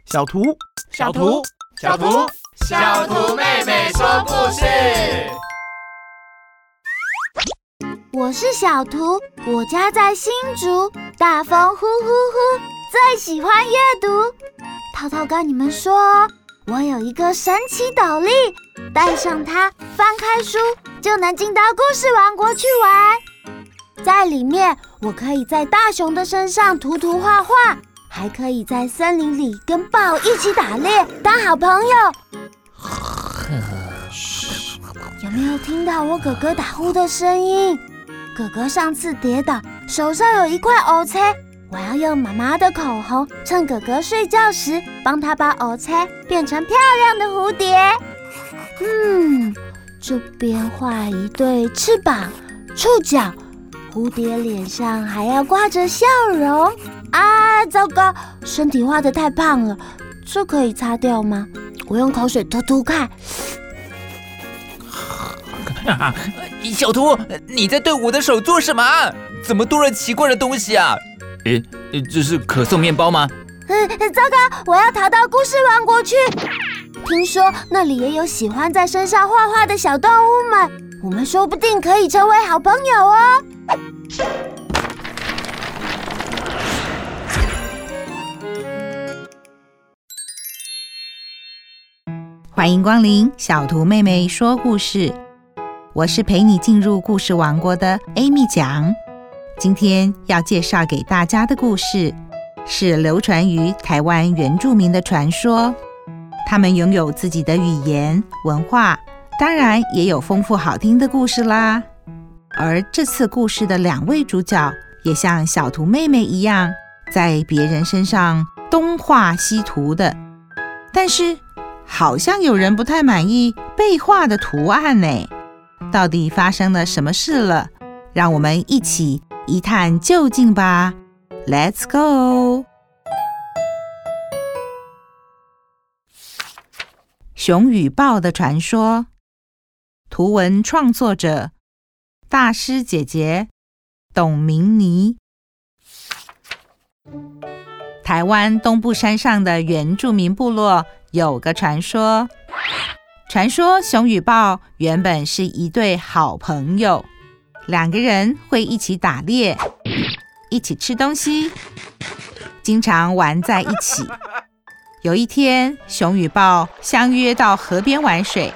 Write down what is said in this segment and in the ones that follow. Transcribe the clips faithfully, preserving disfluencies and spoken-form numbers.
小图， 小图，小图，小图妹妹说故事。 我是小图，我家在新竹，大风呼呼呼，最喜欢阅读。涛涛跟你们说，我有一个神奇斗笠，戴上它，翻开书就能进到故事王国去玩。在里面，我可以在大熊的身上涂涂画画，还可以在森林里跟豹一起打猎，当好朋友。有没有听到我哥哥打呼的声音？哥哥上次跌倒，手上有一块黑青，我要用妈妈的口红，趁哥哥睡觉时，帮他把黑青变成漂亮的蝴蝶。嗯，这边画一对翅膀、触角，蝴蝶脸上还要挂着笑容。啊，糟糕，身体画得太胖了，这可以擦掉吗？我用口水涂涂看。 小图，你在对我的手做什么？怎么多了奇怪的东西啊？诶，这是可颂面包吗？ 嗯，糟糕，我要逃到故事王国去。听说那里也有喜欢在身上画画的小动物们，我们说不定可以成为好朋友哦。 欢迎光临小图妹妹说故事，我是陪你进入故事王国的 Amy 讲。今天要介绍给大家的故事是流传于台湾原住民的传说，他们拥有自己的语言文化，当然也有丰富好听的故事啦。而这次故事的两位主角也像小图妹妹一样，在别人身上东画西涂的，但是好像有人不太满意被画的图案呢，到底发生了什么事了？让我们一起一探究竟吧 Let's go！ 熊与豹的传说，图文创作者大师姐姐董明妮。台湾东部山上的原住民部落有个传说，传说熊与豹原本是一对好朋友，两个人会一起打猎，一起吃东西，经常玩在一起。有一天，熊与豹相约到河边玩水，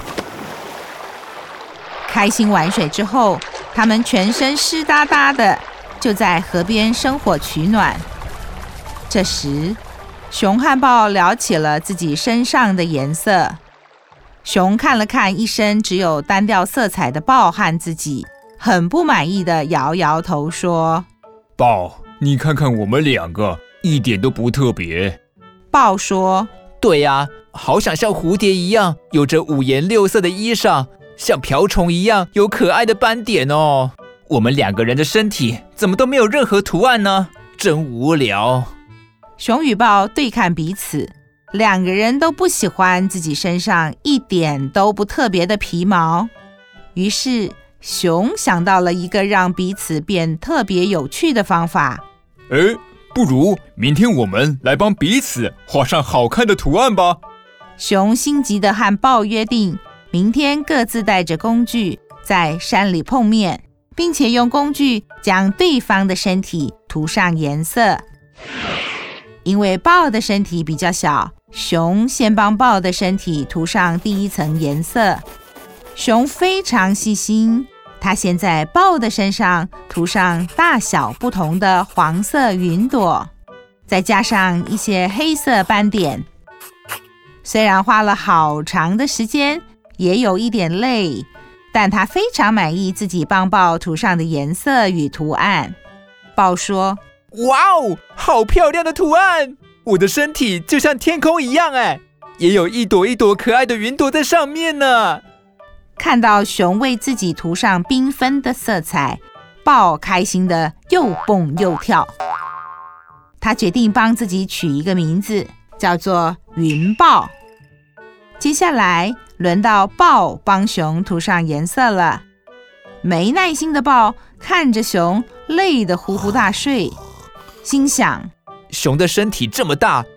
开心玩水之后，他们全身湿哒哒的，就在河边生火取暖。这时，熊和豹聊起了自己身上的颜色。熊看了看一身只有单调色彩的豹和自己，很不满意的摇摇头说： 豹，你看看我们两个，一点都不特别。 豹说： 对呀，好想像蝴蝶一样，有着五颜六色的衣裳，像瓢虫一样有可爱的斑点哦。我们两个人的身体怎么都没有任何图案呢？真无聊。 熊与豹对看彼此，两个人都不喜欢自己身上一点都不特别的皮毛。于是熊想到了一个让彼此变特别有趣的方法。 诶，不如明天我们来帮彼此画上好看的图案吧。 熊心急地和豹约定，明天各自带着工具在山里碰面，并且用工具将对方的身体涂上颜色。因为豹的身体比较小，熊先帮豹的身体涂上第一层颜色。熊非常细心，他先在豹的身上涂上大小不同的黄色云朵，再加上一些黑色斑点。虽然花了好长的时间，也有一点累，但他非常满意自己帮豹涂上的颜色与图案。豹说： 哇哦，好漂亮的图案！我的身体就像天空一样哎，也有一朵一朵可爱的云朵在上面呢。 看到熊为自己涂上缤纷的色彩，豹开心的又蹦又跳。他决定帮自己取一个名字，叫做云豹。接下来轮到豹帮熊涂上颜色了。没耐心的豹看着熊累得呼呼大睡，心想： 熊的身体这么大，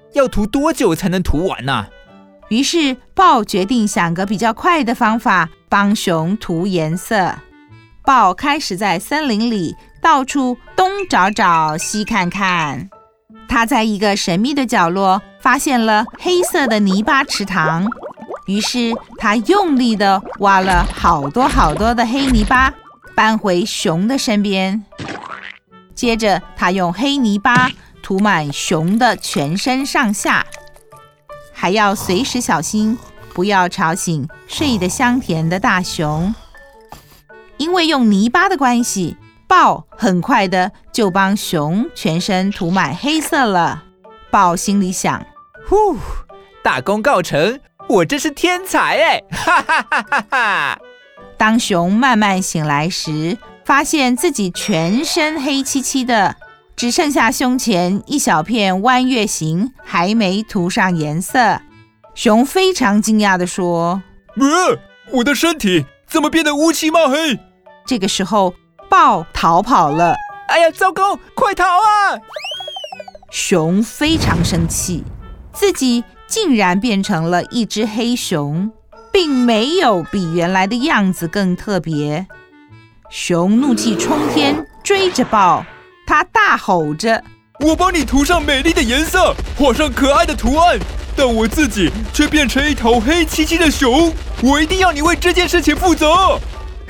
要涂多久才能涂完啊？ 于是豹决定想个比较快的方法帮熊涂颜色。豹开始在森林里到处东找找西看看，他在一个神秘的角落发现了黑色的泥巴池塘，于是他用力地挖了好多好多的黑泥巴，搬回熊的身边。接着他用黑泥巴涂满熊的全身上下，还要随时小心，不要吵醒睡得香甜的大熊。因为用泥巴的关系，豹很快的就帮熊全身涂满黑色了。豹心里想： 呼，大功告成，我真是天才哎！哈哈哈哈哈！ 当熊慢慢醒来时，发现自己全身黑漆漆的，只剩下胸前一小片弯月形还没涂上颜色。熊非常惊讶地说： 呃，我的身体怎么变得乌漆嘛黑？ 这个时候豹逃跑了。 哎呀，糟糕，快逃啊！ 熊非常生气，自己竟然变成了一只黑熊，并没有比原来的样子更特别。熊怒气冲天，追着豹，他大吼着： 我帮你涂上美丽的颜色，画上可爱的图案，但我自己却变成一头黑漆漆的熊，我一定要你为这件事情负责！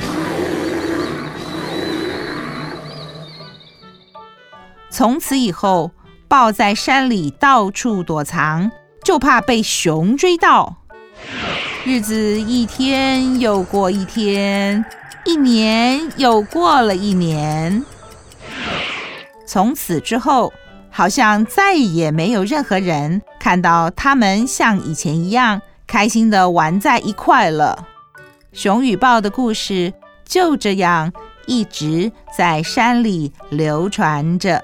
从此以后，豹在山里到处躲藏，就怕被熊追到。日子一天又过一天，一年又过了一年。从此之后，好像再也没有任何人看到他们像以前一样开心地玩在一块了。熊与豹的故事就这样一直在山里流传着。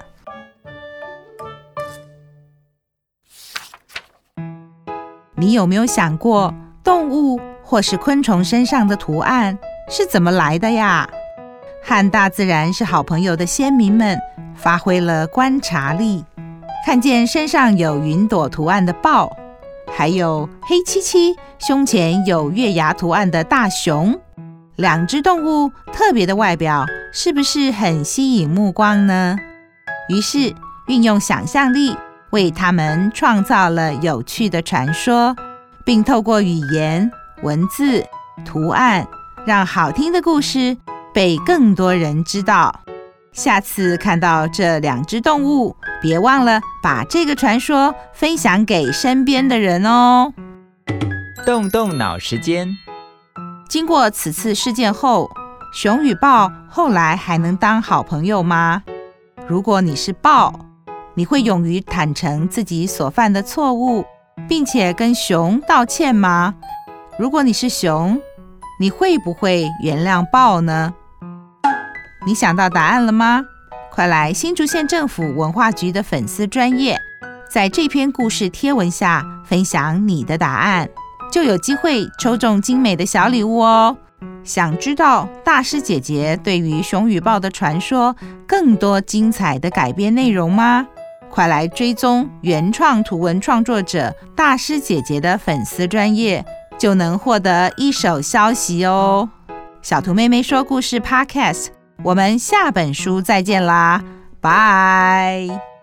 你有没有想过，动物或是昆虫身上的图案是怎么来的呀？和大自然是好朋友的先民们发挥了观察力，看见身上有云朵图案的豹，还有黑漆漆胸前有月牙图案的大熊，两只动物特别的外表是不是很吸引目光呢？于是运用想象力，为他们创造了有趣的传说，并透过语言、文字、图案，让好听的故事被更多人知道。下次看到这两只动物，别忘了把这个传说分享给身边的人哦。 动动脑时间。 经过此次事件后，熊与豹后来还能当好朋友吗？如果你是豹，你会勇于坦诚自己所犯的错误，并且跟熊道歉吗？如果你是熊，你会不会原谅豹呢？你想到答案了吗？快来新竹县政府文化局的粉丝专页，在这篇故事贴文下分享你的答案，就有机会抽中精美的小礼物哦。想知道大师姐姐对于熊与豹的传说更多精彩的改编内容吗？快来追踪原创图文创作者大师姐姐的粉丝专页，就能获得一手消息哦。小图妹妹说故事 Podcast， 我们下本书再见啦，拜。